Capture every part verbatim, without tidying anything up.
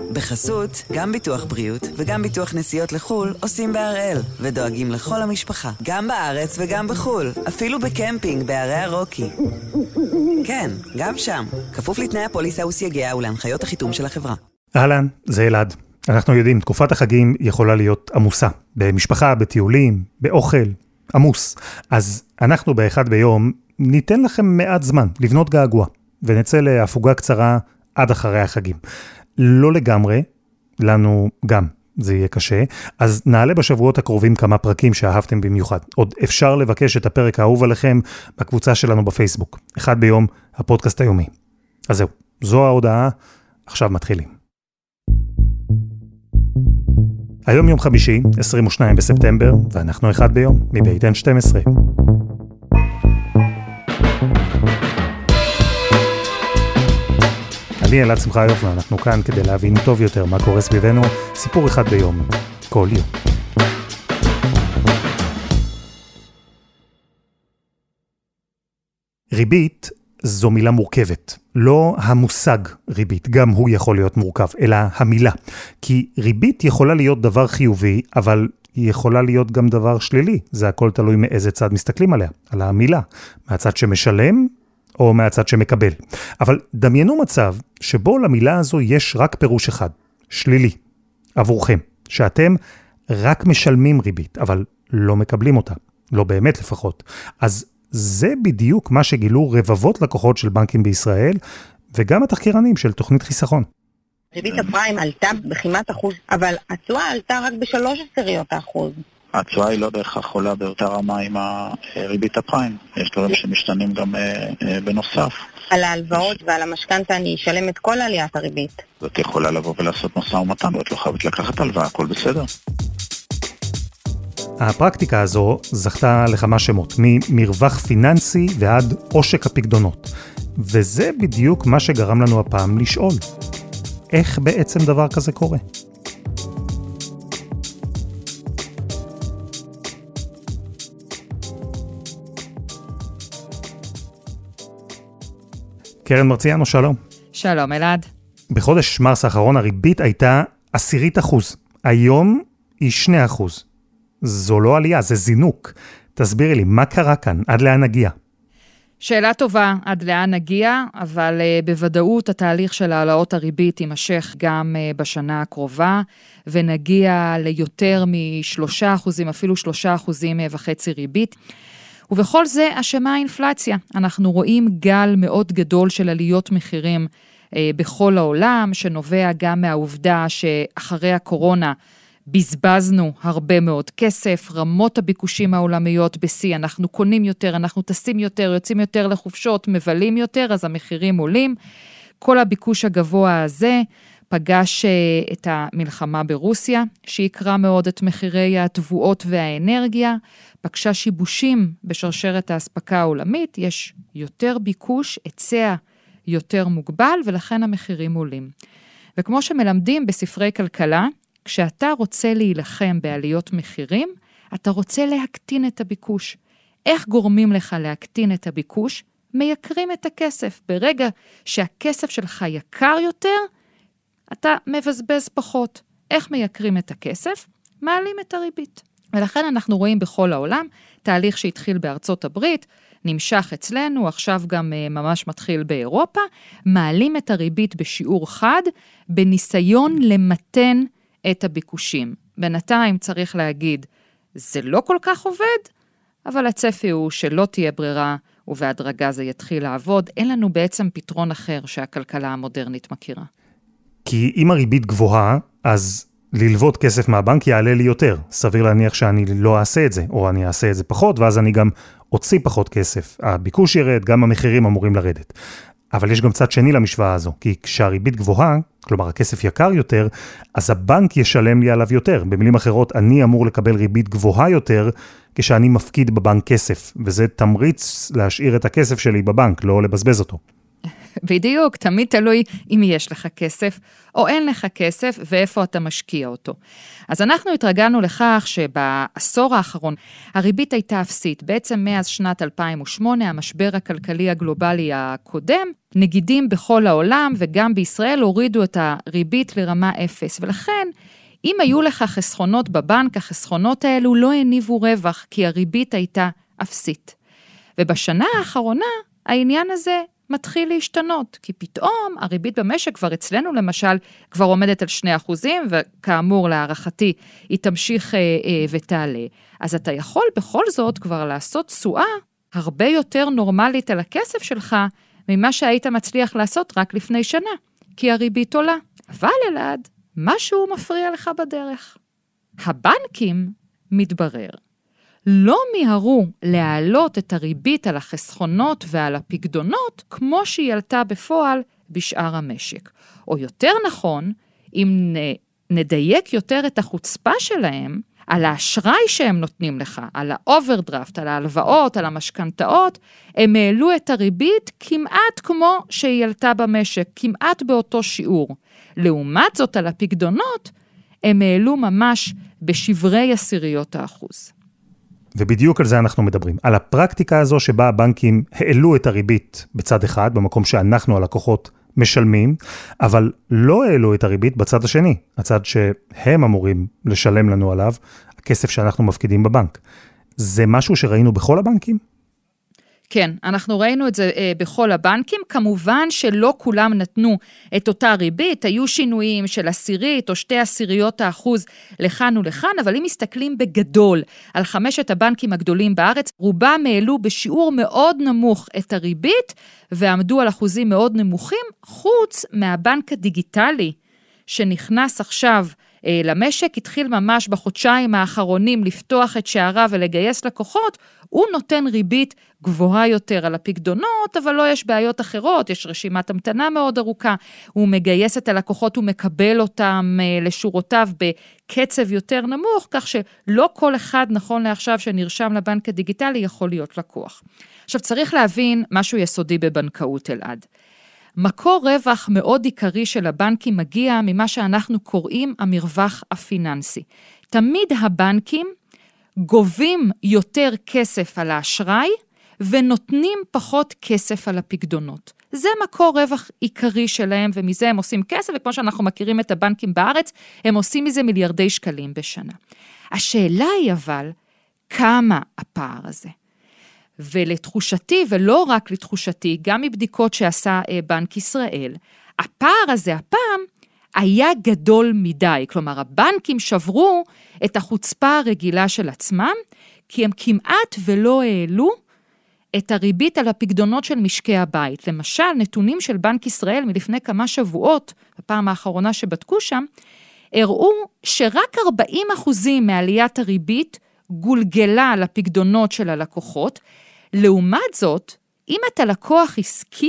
בחסות, גם ביטוח בריאות וגם ביטוח נסיעות לחול עושים בהראל, ודואגים לכל המשפחה, גם בארץ וגם בחול, אפילו בקמפינג בערי הרוקי. כן, גם שם, כפוף לתנאי הפוליסה וסייגיה ולהנחיות החיתום של החברה. אהלן, זה אלעד. אנחנו יודעים, תקופת החגים יכולה להיות עמוסה, במשפחה, בטיולים, באוכל, עמוס. אז אנחנו באחד ביום ניתן לכם מעט זמן לבנות געגוע, ונצא להפוגה קצרה עד אחרי החגים. לא לגמרי, לנו גם זה יהיה קשה, אז נעלה בשבועות הקרובים כמה פרקים שאהבתם במיוחד. עוד אפשר לבקש את הפרק האהוב עליכם בקבוצה שלנו בפייסבוק. אחד ביום, הפודקאסט היומי. אז זהו, זו ההודעה, עכשיו מתחילים. היום יום חמישי, עשרים ושניים בספטמבר, ואנחנו אחד ביום, מבית אן שתים עשרה. אני אלעד שמחיוף, ואנחנו כאן כדי להבין טוב יותר מה קורה סביבנו, סיפור אחד ביום, כל יום. ריבית זו מילה מורכבת, לא המושג ריבית, גם הוא יכול להיות מורכב, אלא המילה. כי ריבית יכולה להיות דבר חיובי, אבל היא יכולה להיות גם דבר שלילי. זה הכל תלוי מאיזה צד מסתכלים עליה, על המילה. מהצד שמשלם או מהצד שמקבל. אבל דמיינו מצב שבו למילה הזו יש רק פירוש אחד, שלילי, עבורכם, שאתם רק משלמים ריבית, אבל לא מקבלים אותה, לא באמת לפחות. אז זה בדיוק מה שגילו רבבות לקוחות של בנקים בישראל, וגם התחקירנים של תוכנית חיסכון. ריבית הפריים עלתה בכמעט אחוז, אבל התשואה עלתה רק בשלוש עשיריות האחוז. התשואה היא לא בהכרח עולה באותה רמה עם ריבית הפריים. יש דברים שמשתנים גם בנוסף. על ההלוואות ועל המשכנתא אני אשלם את כל עליית הריבית. זאת יכולה לבוא ולעשות משא ומתן, ואת לא חייבת לקחת הלוואה, הכל בסדר. הפרקטיקה הזו זכתה לכמה שמות, ממרווח פיננסי ועד עושק הפקדונות. וזה בדיוק מה שגרם לנו הפעם לשאול. איך בעצם דבר כזה קורה? קרן מרציאנו, שלום. שלום, אלעד. בחודש מרס האחרון הריבית הייתה עשירית אחוז. היום היא שני אחוז. זו לא עלייה, זה זינוק. תסבירי לי, מה קרה כאן? עד לאן נגיע? שאלה טובה, עד לאן נגיע, אבל uh, בוודאות התהליך של העלאות הריבית יימשך גם uh, בשנה הקרובה, ונגיע ליותר משלושה אחוזים, אפילו שלושה אחוזים וחצי ריבית. ובכל זה אשמה האינפלציה. אנחנו רואים גל מאוד גדול של עליות מחירים uh, בכל העולם, שנובע גם מהעובדה שאחרי הקורונה, בזבזנו הרבה מאוד כסף, רמות הביקושים העולמיות בסי, אנחנו קונים יותר, אנחנו טסים יותר, יוצאים יותר לחופשות, מבלים יותר, אז המחירים עולים. כל הביקוש הגבוה הזה פגש את המלחמה ברוסיה, שיקרה מאוד את מחירי התבואות והאנרגיה, פגשה שיבושים בשרשרת האספקה העולמית, יש יותר ביקוש, היצע יותר מוגבל, ולכן המחירים עולים. וכמו שמלמדים בספרי כלכלה, כשאתה רוצה להילחם בעליות מחירים, אתה רוצה להקטין את הביקוש. איך גורמים לך להקטין את הביקוש? מייקרים את הכסף. ברגע שהכסף שלך יקר יותר, אתה מבזבז פחות. איך מייקרים את הכסף? מעלים את הריבית. ולכן אנחנו רואים בכל העולם, תהליך שהתחיל בארצות הברית, נמשך אצלנו, עכשיו גם ממש מתחיל באירופה, מעלים את הריבית בשיעור חד, בניסיון למתן את הביקושים. בינתיים צריך להגיד, זה לא כל כך עובד, אבל הצפי הוא שלא תהיה ברירה, ובהדרגה זה יתחיל לעבוד. אין לנו בעצם פתרון אחר שהכלכלה המודרנית מכירה. כי אם הריבית גבוהה, אז ללוות כסף מהבנק יעלה לי יותר. סביר להניח שאני לא אעשה את זה, או אני אעשה את זה פחות, ואז אני גם אוציא פחות כסף. הביקוש ירד, גם המחירים אמורים לרדת. אבל יש גם צד שני למשוואה הזו, כי כשהריבית גבוהה, כלומר הכסף יקר יותר, אז הבנק ישלם לי עליו יותר. במילים אחרות, אני אמור לקבל ריבית גבוהה יותר, כשאני מפקיד בבנק כסף, וזה תמריץ להשאיר את הכסף שלי בבנק, לא לבזבז אותו. בדיוק, תמיד תלוי אם יש לך כסף או אין לך כסף ואיפה אתה משקיע אותו. אז אנחנו התרגלנו לכך שבעשור האחרון הריבית הייתה אפסית. בעצם מאז שנת אלפיים ושמונה, המשבר הכלכלי הגלובלי הקודם, נגידים בכל העולם וגם בישראל הורידו את הריבית לרמה אפס. ולכן, אם היו לך חסכונות בבנק, החסכונות האלו לא הניבו רווח כי הריבית הייתה אפסית. ובשנה האחרונה העניין הזה מתחיל להשתנות, כי פתאום הריבית במשק כבר אצלנו למשל כבר עומדת על שני אחוזים, וכאמור להערכתי היא תמשיך אה, אה, ותעלה. אז אתה יכול בכל זאת כבר לעשות תשואה הרבה יותר נורמלית על הכסף שלך, ממה שהיית מצליח לעשות רק לפני שנה, כי הריבית עולה. אבל אלעד, משהו מפריע לך בדרך. הבנקים, מתברר, לא מיהרו להעלות את הריבית על החסכונות ועל הפקדונות, כמו שהיא עלתה בפועל בשאר המשק. או יותר נכון, אם נדייק יותר את החוצפה שלהם, על האשראי שהם נותנים לך, על האוברדרפט, על ההלוואות, על המשכנתאות, הם העלו את הריבית כמעט כמו שהיא עלתה במשק, כמעט באותו שיעור. לעומת זאת, על הפקדונות, הם העלו ממש בשברי עשיריות האחוז. ובדיוק על זה אנחנו מדברים. על הפרקטיקה הזו שבה הבנקים העלו את הריבית בצד אחד, במקום שאנחנו הלקוחות משלמים, אבל לא העלו את הריבית בצד השני, הצד שהם אמורים לשלם לנו עליו, הכסף שאנחנו מפקידים בבנק. זה משהו שראינו בכל הבנקים? כן, אנחנו ראינו את זה אה, בכל הבנקים, כמובן שלא כולם נתנו את אותה ריבית, היו שינויים של עשירית או שתי עשיריות האחוז לכאן ולכאן, אבל אם מסתכלים בגדול על חמשת הבנקים הגדולים בארץ, רובם העלו בשיעור מאוד נמוך את הריבית, ועמדו על אחוזים מאוד נמוכים, חוץ מהבנק הדיגיטלי, שנכנס עכשיו אה, למשק, התחיל ממש בחודשיים האחרונים לפתוח את שעריו ולגייס לקוחות, הוא נותן ריבית גבוהה יותר על הפקדונות, אבל לא יש בעיות אחרות, יש רשימת המתנה מאוד ארוכה, הוא מגייס את הלקוחות, הוא מקבל אותם לשורותיו בקצב יותר נמוך, כך שלא כל אחד נכון לעכשיו שנרשם לבנק הדיגיטלי יכול להיות לקוח. עכשיו צריך להבין משהו יסודי בבנקאות אלעד. מקור רווח מאוד עיקרי של הבנקים מגיע ממה שאנחנו קוראים המרווח הפיננסי. תמיד הבנקים גובים יותר כסף על האשראי, ונותנים פחות כסף על הפקדונות. זה מקור רווח עיקרי שלהם, ומזה הם עושים כסף, וכמו שאנחנו מכירים את הבנקים בארץ, הם עושים מזה מיליארדי שקלים בשנה. השאלה היא אבל, כמה הפער הזה? ולתחושתי, ולא רק לתחושתי, גם מבדיקות שעשה בנק ישראל, הפער הזה הפעם היה גדול מדי, כלומר הבנקים שברו את החוצפה הרגילה של עצמם, כי הם כמעט ולא העלו את הריבית על הפקדונות של משקי הבית. למשל, נתונים של בנק ישראל מלפני כמה שבועות, בפעם האחרונה שבדקו שם, הראו שרק ארבעים אחוזים מעליית הריבית גולגלה על הפקדונות של הלקוחות, לעומת זאת, אם אתה לקוח עסקי,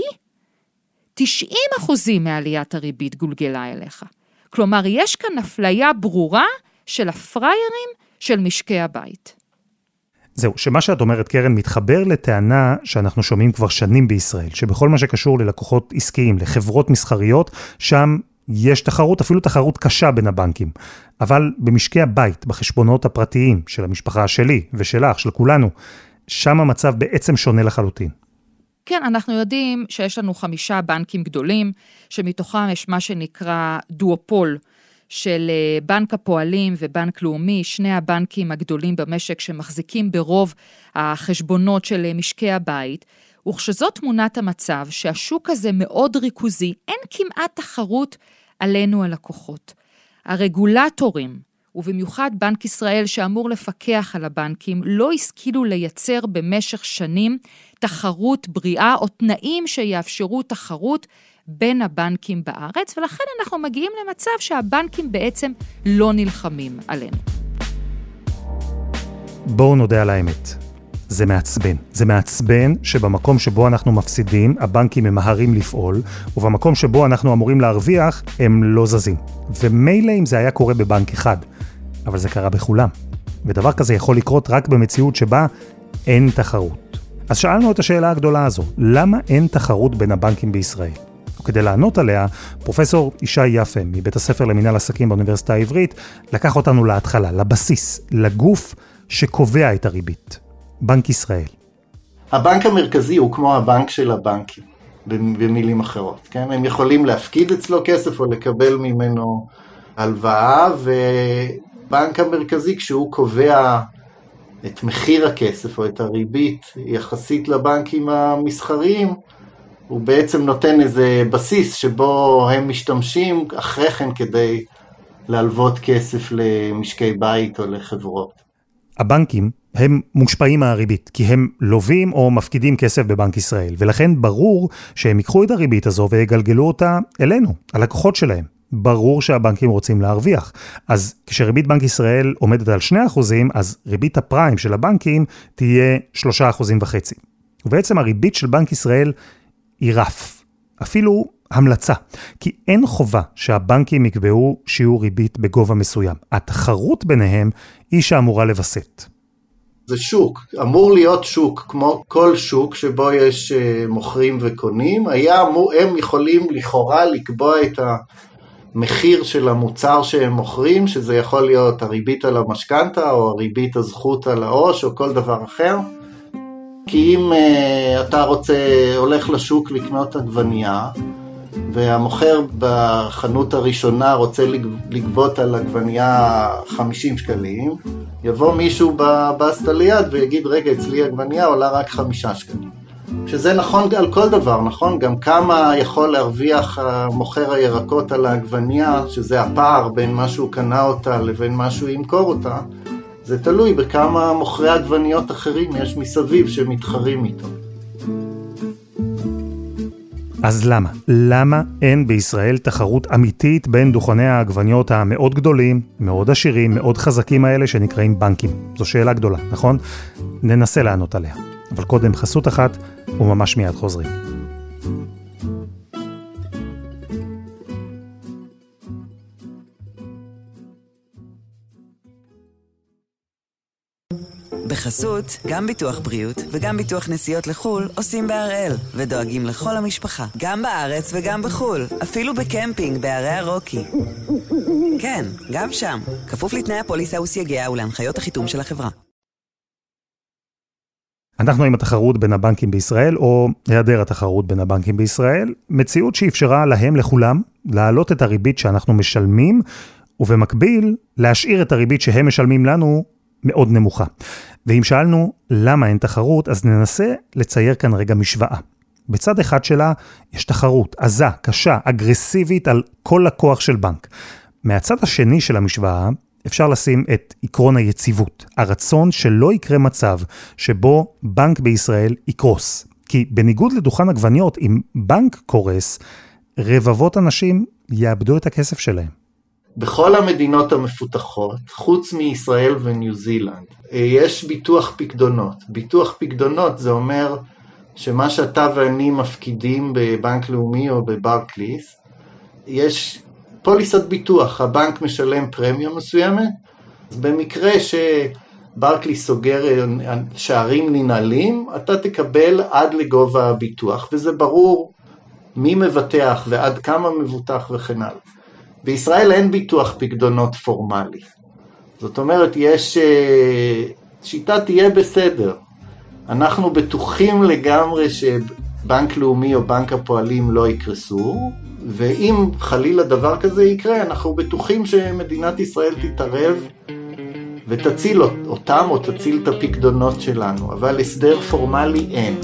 תשעים אחוזים מעליית הריבית גולגלה אליך. כלומר, יש כאן אפליה ברורה של הפריירים של משקי הבית. זהו, שמה שאת אומרת, קרן, מתחבר לטענה שאנחנו שומעים כבר שנים בישראל, שבכל מה שקשור ללקוחות עסקיים, לחברות מסחריות, שם יש תחרות, אפילו תחרות קשה בין הבנקים. אבל במשקי הבית, בחשבונות הפרטיים של המשפחה שלי ושלך, של כולנו, שם המצב בעצם שונה לחלוטין. כן, אנחנו יודעים שיש לנו חמישה בנקים גדולים, שמתוכם יש מה שנקרא דואופול, של בנק הפועלים ובנק לאומי, שני הבנקים הגדולים במשק שמחזיקים ברוב החשבונות של משקי הבית, וכשזאת תמונת המצב שהשוק הזה מאוד ריכוזי, אין כמעט תחרות עלינו הלקוחות. הרגולטורים, ובמיוחד בנק ישראל שאמור לפקח על הבנקים, לא השכילו לייצר במשך שנים תחרות בריאה או תנאים שיאפשרו תחרות בין הבנקים בארץ, ולכן אנחנו מגיעים למצב שהבנקים בעצם לא נלחמים עלינו. בואו נודה על האמת. זה מעצבן. זה מעצבן שבמקום שבו אנחנו מפסידים, הבנקים ממהרים לפעול, ובמקום שבו אנחנו אמורים להרוויח, הם לא זזים. ומילא אם זה היה קורה בבנק אחד, אבל זה קרה בכולם. ודבר כזה יכול לקרות רק במציאות שבה אין תחרות. אז שאלנו את השאלה הגדולה הזו, למה אין תחרות בין הבנקים בישראל? וכדי לענות עליה, פרופסור ישי יפה, מבית הספר למינהל עסקים באוניברסיטה העברית, לקח אותנו להתחלה, לבסיס, לגוף שקובע את הריבית. בנק ישראל. הבנק המרכזי הוא כמו הבנק של הבנקים, במילים אחרות. כן? הם יכולים להפקיד אצלו כסף או לקבל ממנו הלוואה, ובנק המרכזי כשהוא קובע את מחיר הכסף או את הריבית יחסית לבנקים המסחריים, הוא בעצם נותן איזה בסיס שבו הם משתמשים אחרי כן כדי להלוות כסף למשקי בית או לחברות. הבנקים הם מושפעים מהריבית, כי הם לובים או מפקידים כסף בבנק ישראל, ולכן ברור שהם ייקחו את הריבית הזו ויגלגלו אותה אלינו, הלקוחות שלהם. ברור שהבנקים רוצים להרוויח. אז כשריבית בנק ישראל עומדת על שני אחוזים, אז ריבית הפריים של הבנקים תהיה שלושה אחוזים וחצי. ובעצם הריבית של בנק ישראל היא רף, אפילו המלצה, כי אין חובה שהבנקים יקבעו שיעור ריבית בגובה מסוים. התחרות ביניהם היא שאמורה לבסט. זה שוק, אמור להיות שוק, כמו כל שוק שבו יש מוכרים וקונים, היה אמור, הם יכולים לכאורה לקבוע את המחיר של המוצר שהם מוכרים, שזה יכול להיות הריבית על המשכנתה, או הריבית הזכות על העו"ש, או כל דבר אחר. כי אם uh, אתה רוצה, הולך לשוק לקנות עגבנייה, והמוכר בחנות הראשונה רוצה לגבות על עגבנייה חמישים שקלים, יבוא מישהו בבסטה ליד ויגיד, רגע, אצלי עגבנייה עולה רק חמישה שקלים. שזה נכון על כל דבר, נכון? גם כמה יכול להרוויח מוכר הירקות על העגבנייה, שזה הפער בין מה שהוא קנה אותה לבין מה שהוא ימכור אותה, זה תלוי בכמה מוכרי עגבניות אחרים יש מסביב שמתחרים איתו. אז למה? למה אין בישראל תחרות אמיתית בין דוכני העגבניות המאוד גדולים, מאוד עשירים, מאוד חזקים האלה שנקראים בנקים? זו שאלה גדולה, נכון? ננסה לענות עליה. אבל קודם חסות אחת וממש מיד חוזרים. בחסות, גם ביטוח בריאות וגם ביטוח נסיעות לחול עושים בהראל ודואגים לכל המשפחה, גם בארץ וגם בחול, אפילו בקמפינג בערי הרוקי. כן, גם שם, כפוף לתנאי הפוליסה וסייגיה ולהנחיות החיתום של החברה. אנחנו עם התחרות בין הבנקים בישראל, או היעדר התחרות בין הבנקים בישראל, מציאות שאפשרה להם, לכולם, להעלות את הריבית שאנחנו משלמים, ובמקביל להשאיר את הריבית שהם משלמים לנו מאוד נמוכה. ואם שאלנו למה אין תחרות, אז ננסה לצייר כאן רגע משוואה. בצד אחד שלה יש תחרות עזה, קשה, אגרסיבית על כל לקוח של בנק. מהצד השני של המשוואה אפשר לשים את עקרון היציבות, הרצון שלא יקרה מצב שבו בנק בישראל יקרוס. כי בניגוד לדוכן עגבניות, אם בנק קורס, רבבות אנשים יאבדו את הכסף שלהם. בכל המדינות המפותחות, חוץ מישראל וניו זילנד, יש ביטוח פקדונות. ביטוח פקדונות זה אומר שמה שאתה ואני מפקידים בבנק לאומי או בברקליס, יש פוליסת ביטוח, הבנק משלם פרמיה מסוימת, אז במקרה שברקליס סוגר שערים ננעלים, אתה תקבל עד לגובה הביטוח, וזה ברור מי מבטח ועד כמה מבוטח וכן הלאה. בישראל אין ביטוח פקדונות פורמלי. זאת אומרת, יש שיטה תהיה בסדר. אנחנו בטוחים לגמרי שבנק לאומי או בנק הפועלים לא יקרסו, ואם חלילה דבר כזה יקרה, אנחנו בטוחים שמדינת ישראל תתערב ותציל אותם או תציל את הפקדונות שלנו, אבל הסדר פורמלי אין.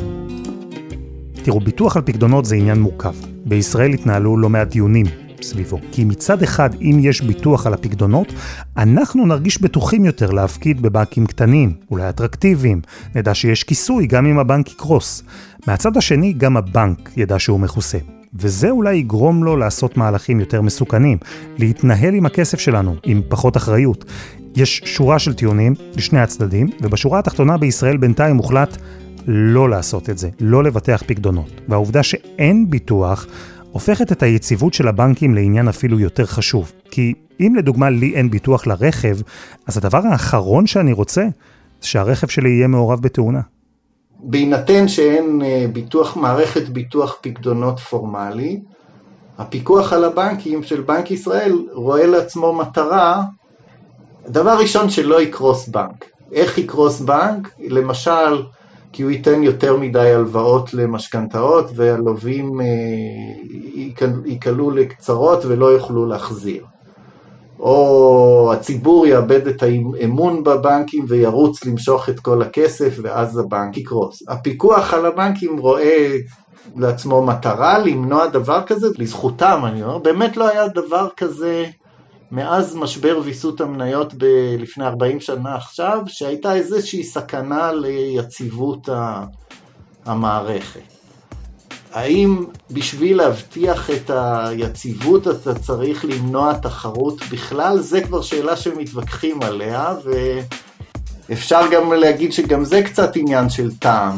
תראו, ביטוח על פקדונות זה עניין מורכב. בישראל התנהלו לא מעט דיונים סביבו. כי מצד אחד, אם יש ביטוח על הפקדונות, אנחנו נרגיש בטוחים יותר להפקיד בבנקים קטנים, אולי אטרקטיביים. נדע שיש כיסוי גם אם הבנק יקרוס. מהצד השני, גם הבנק ידע שהוא מכוסה. וזה אולי יגרום לו לעשות מהלכים יותר מסוכנים, להתנהל עם הכסף שלנו, עם פחות אחריות. יש שורה של טיעונים לשני הצדדים, ובשורה התחתונה בישראל בינתיים מוחלט לא לעשות את זה, לא לבטח פקדונות. והעובדה שאין ביטוח הופכת את היציבות של הבנקים לעניין אפילו יותר חשוב. כי אם לדוגמה לי אין ביטוח לרכב, אז הדבר האחרון שאני רוצה זה שהרכב שלי יהיה מעורב בתאונה. בהינתן שאין ביטוח, מערכת ביטוח פקדונות פורמלי, הפיקוח על הבנקים של בנק ישראל רואה לעצמו מטרה, דבר ראשון שלא יקרוס בנק. איך יקרוס בנק? למשל, כי הוא ייתן יותר מדי הלוואות למשכנתאות, והלווים ייקלעו לקצרות ולא יוכלו להחזיר. או הציבור יאבד את האמון בבנקים וירוץ למשוך את כל הכסף, ואז הבנק יקרוס. הפיקוח על הבנקים רואה לעצמו מטרה למנוע דבר כזה, לזכותם אני אומר, באמת לא היה דבר כזה מאז משבר ויסות המניות ב- לפני ארבעים שנה עכשיו, שהייתה איזושהי סכנה ליציבות המערכת. האם בשביל להבטיח את היציבות אתה צריך למנוע תחרות בכלל? זה כבר שאלה שמתווכחים עליה, ואפשר גם להגיד שגם זה קצת עניין של טעם.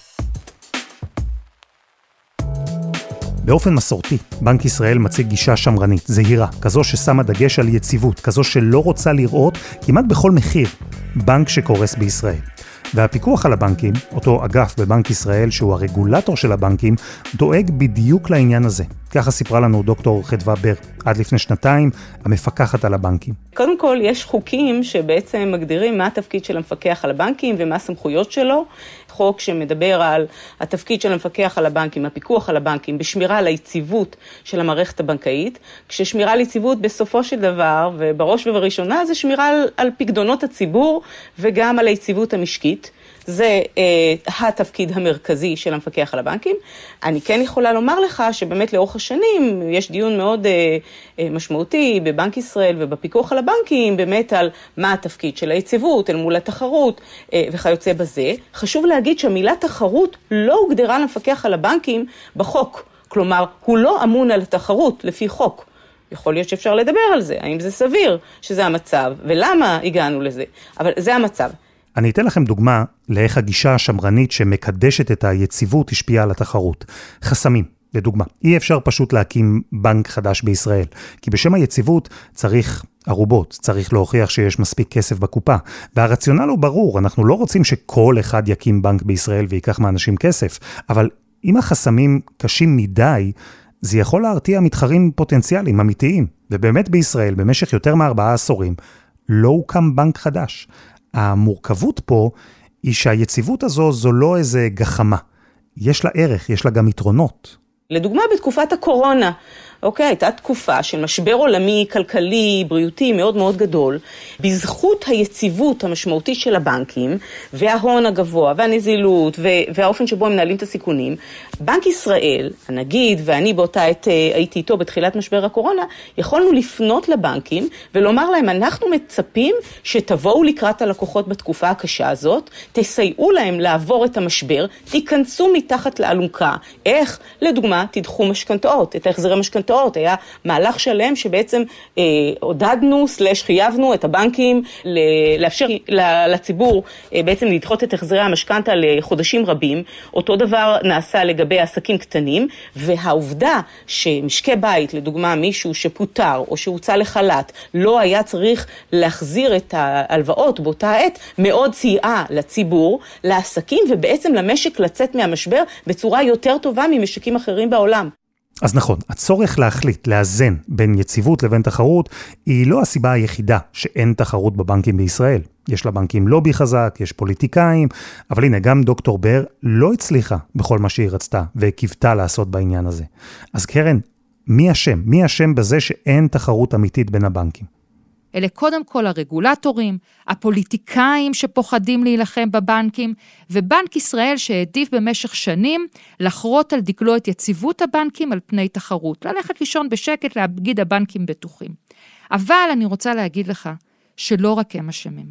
באופן מסורתי, בנק ישראל מציג גישה שמרנית, זהירה, כזו ששמה דגש על יציבות, כזו שלא רוצה לראות כמעט בכל מחיר בנק שקורס בישראל. והפיקוח על הבנקים, אותו אגף בבנק ישראל שהוא הרגולטור של הבנקים, דואג בדיוק לעניין הזה. ככה סיפרה לנו דוקטור חדווה בר, עד לפני שנתיים, המפקחת על הבנקים. קודם כל, יש חוקים שבעצם מגדירים מה התפקיד של המפקח על הבנקים ומה הסמכויות שלו. חוק שמדבר על התפקיד של המפקח על הבנקים, הפיקוח על הבנקים, בשמירה על היציבות של המערכת הבנקאית, כששמירה על יציבות בסופו של דבר, ובראש ובראשונה, זה שמירה על, על פקדונות הציבור וגם על היציבות המשקית. זה אה, התפקיד המרכזי של המפקח על הבנקים. אני כן יכולה לומר לך שבאמת לאורך השנים יש דיון מאוד אה, אה, משמעותי בבנק ישראל ובפיקוח על הבנקים, באמת על מה התפקיד של היציבות אל מול התחרות אה, וכיוצא בזה. חשוב להגיד שהמילה תחרות לא הוגדרה למפקח על הבנקים בחוק. כלומר, הוא לא אמון על התחרות לפי חוק. יכול להיות שאפשר לדבר על זה, האם זה סביר שזה המצב ולמה הגענו לזה, אבל זה המצב. אני אתן לכם דוגמה לאיך הגישה השמרנית שמקדשת את היציבות השפיעה על התחרות. חסמים, לדוגמה. אי אפשר פשוט להקים בנק חדש בישראל, כי בשם היציבות צריך ערובות, צריך להוכיח שיש מספיק כסף בקופה. והרציונל הוא ברור, אנחנו לא רוצים שכל אחד יקים בנק בישראל ויקח מאנשים כסף, אבל אם החסמים קשים מדי, זה יכול להרתיע מתחרים פוטנציאליים, אמיתיים. ובאמת בישראל, במשך יותר מארבעה עשורים, לא הוקם בנק חדש. המורכבות פה היא שהיציבות הזו זו לא איזה גחמה. יש לה ערך, יש לה גם יתרונות. לדוגמה, בתקופת הקורונה, אוקיי, הייתה תקופה של משבר עולמי, כלכלי, בריאותי מאוד מאוד גדול, בזכות היציבות המשמעותית של הבנקים, וההון הגבוה, והנזילות, והאופן שבו הם מנהלים את הסיכונים, בנק ישראל, הנגיד, ואני באותה עת הייתי איתו בתחילת משבר הקורונה, יכולנו לפנות לבנקים, ולומר להם, אנחנו מצפים שתבואו לקראת הלקוחות בתקופה הקשה הזאת, תסייעו להם לעבור את המשבר, תיכנסו מתחת לאלונקה. איך? לדוגמה, תדחו משכנתאות, את ההחזרי משכנתאות, היה מהלך שלם שבעצם אה, עודדנו, סלש חייבנו את הבנקים לאפשר לציבור אה, בעצם לדחות את החזרי המשכנתה לחודשים רבים. אותו דבר נעשה לגבי עסקים קטנים, והעובדה שמשקי בית, לדוגמה מישהו שפוטר או שהוצא לחל"ת, לא היה צריך להחזיר את ההלוואות באותה עת, מאוד סייעה לציבור, לעסקים ובעצם למשק לצאת מהמשבר בצורה יותר טובה ממשקים אחרים בעולם. אז נכון, הצורך להחליט, לאזן בין יציבות לבין תחרות, היא לא הסיבה היחידה שאין תחרות בבנקים בישראל. יש לבנקים לובי חזק, יש פוליטיקאים, אבל הנה, גם דוקטור בר לא הצליחה בכל מה שהיא רצתה, וקיוותה לעשות בעניין הזה. אז קרן, מי אשם? מי אשם בזה שאין תחרות אמיתית בין הבנקים? אלה קודם כל הרגולטורים, הפוליטיקאים שפוחדים להילחם בבנקים, ובנק ישראל שהעדיף במשך שנים לחרות על דגלו את יציבות הבנקים על פני תחרות, ללכת לישון בשקט להגיד הבנקים בטוחים. אבל אני רוצה להגיד לך שלא רק הם אשמים.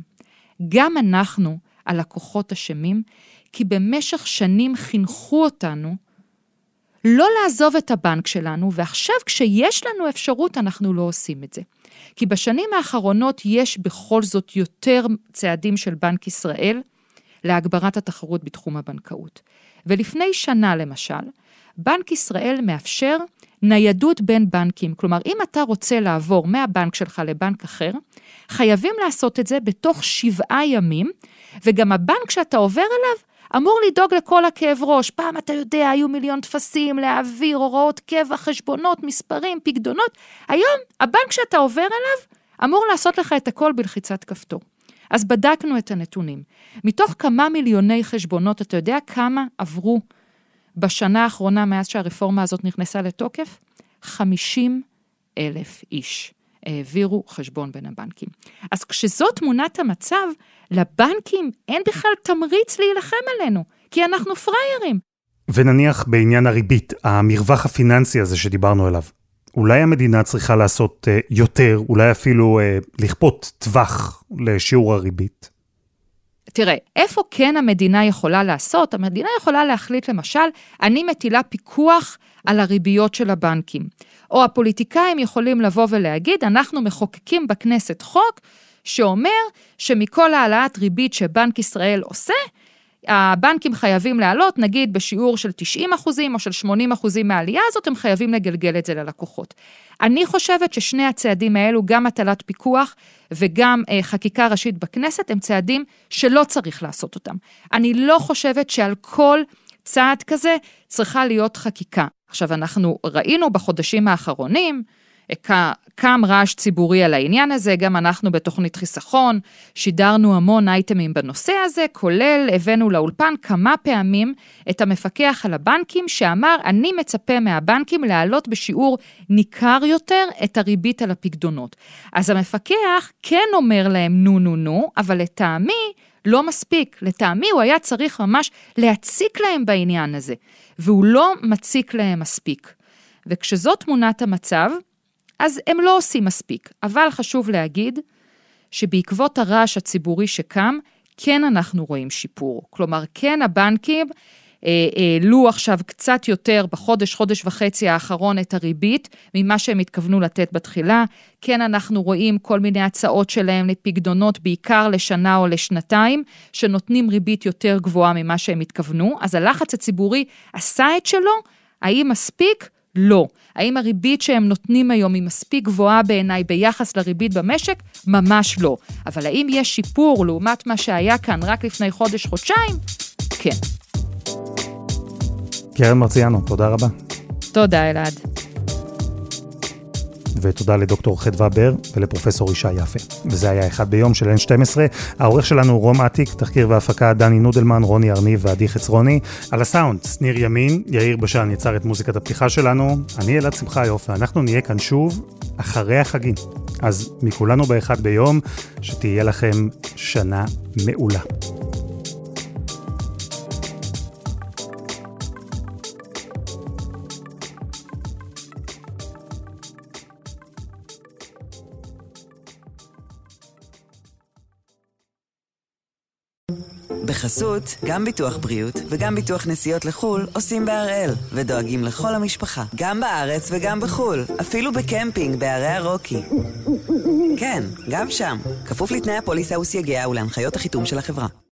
גם אנחנו, הלקוחות אשמים, כי במשך שנים חינכו אותנו לא לעזוב את הבנק שלנו, ועכשיו כשיש לנו אפשרות אנחנו לא עושים את זה. כי בשנים האחרונות יש בכל זאת יותר צעדים של בנק ישראל להגברת התחרות בתחום הבנקאות. ולפני שנה למשל, בנק ישראל מאפשר ניידות בין בנקים. כלומר, אם אתה רוצה לעבור מהבנק שלך לבנק אחר, חייבים לעשות את זה בתוך שבעה ימים, וגם הבנק שאתה עובר אליו, אמור לדאוג לכל הכאב ראש. פעם אתה יודע, היו מיליון תפסים, להעביר, הוראות קבע, חשבונות, מספרים, פקדונות. היום, הבנק שאתה עובר אליו, אמור לעשות לך את הכל בלחיצת כפתור. אז בדקנו את הנתונים. מתוך כמה מיליוני חשבונות, אתה יודע כמה עברו בשנה האחרונה, מאז שהרפורמה הזאת נכנסה לתוקף? חמישים אלף איש העבירו חשבון בין הבנקים. אז כשזאת תמונת המצב, לבנקים אין בכלל תמריץ להילחם עלינו, כי אנחנו פריירים. ונניח בעניין הריבית, המרווח הפיננסי הזה שדיברנו עליו, אולי המדינה צריכה לעשות uh, יותר, אולי אפילו uh, לכפות טווח לשיעור הריבית? תראה, איפה כן המדינה יכולה לעשות? המדינה יכולה להחליט למשל, אני מטילה פיקוח על הריביות של הבנקים. או הפוליטיקאים יכולים לבוא ולהגיד, אנחנו מחוקקים בכנסת חוק, שאומר שמכל העלאת ריבית שבנק ישראל עושה, הבנקים חייבים לעלות, נגיד בשיעור של תשעים אחוזים או של שמונים אחוזים מהעלייה הזאת, הם חייבים לגלגל את זה ללקוחות. אני חושבת ששני הצעדים האלו, גם הטלת פיקוח וגם אה, חקיקה ראשית בכנסת, הם צעדים שלא צריך לעשות אותם. אני לא חושבת שעל כל צעד כזה צריכה להיות חקיקה. עכשיו אנחנו ראינו בחודשים האחרונים, קם רעש ציבורי על העניין הזה, גם אנחנו בתוכנית חיסכון, שידרנו המון אייטמים בנושא הזה, כולל הבאנו לאולפן כמה פעמים את המפקח על הבנקים, שאמר, אני מצפה מהבנקים להעלות בשיעור ניכר יותר את הריבית על הפקדונות. אז המפקח כן אומר להם נו נו נו, אבל לטעמי לא מספיק, לטעמי הוא היה צריך ממש להציק להם בעניין הזה, והוא לא מציק להם מספיק. וכשזאת תמונת המצב, אז הם לא עושים מספיק, אבל חשוב להגיד שבעקבות הרעש הציבורי שקם, כן אנחנו רואים שיפור. כלומר, כן הבנקים העלו עכשיו קצת יותר בחודש, חודש וחצי האחרון את הריבית, ממה שהם התכוונו לתת בתחילה. כן אנחנו רואים כל מיני הצעות שלהם לפקדונות, בעיקר לשנה או לשנתיים, שנותנים ריבית יותר גבוהה ממה שהם התכוונו. אז הלחץ הציבורי עשה את שלו, האם מספיק? לא. האם הריבית שהם נותנים היום היא מספיק גבוהה בעיניי ביחס לריבית במשק? ממש לא. אבל האם יש שיפור לעומת מה שהיה כאן רק לפני חודש, חודשיים? כן. קרן מרציאנו, תודה רבה. תודה אלעד. ותודה לדוקטור חדווה בר ולפרופסור ישי יפה. וזה היה אחד ביום של אן שתים עשרה. העורך שלנו רום עתיק, תחקיר והפקה דני נודלמן, רוני ארניב ועדי חצרוני. על הסאונד, שניר ימין, יאיר בשן יצר את מוזיקת הפתיחה שלנו. אני אלעד שמחיוף, ואנחנו נהיה כאן שוב אחרי החגים. אז מכולנו באחד ביום, שתהיה לכם שנה מעולה. בחסות, גם ביטוח בריאות וגם ביטוח נסיעות לחול עושים בהראל ודואגים לכל המשפחה, גם בארץ וגם בחול, אפילו בקמפינג בערי הרוקי. כן, גם שם, כפוף לתנאי הפוליסה וסייגיה ולהנחיות החיתום של החברה.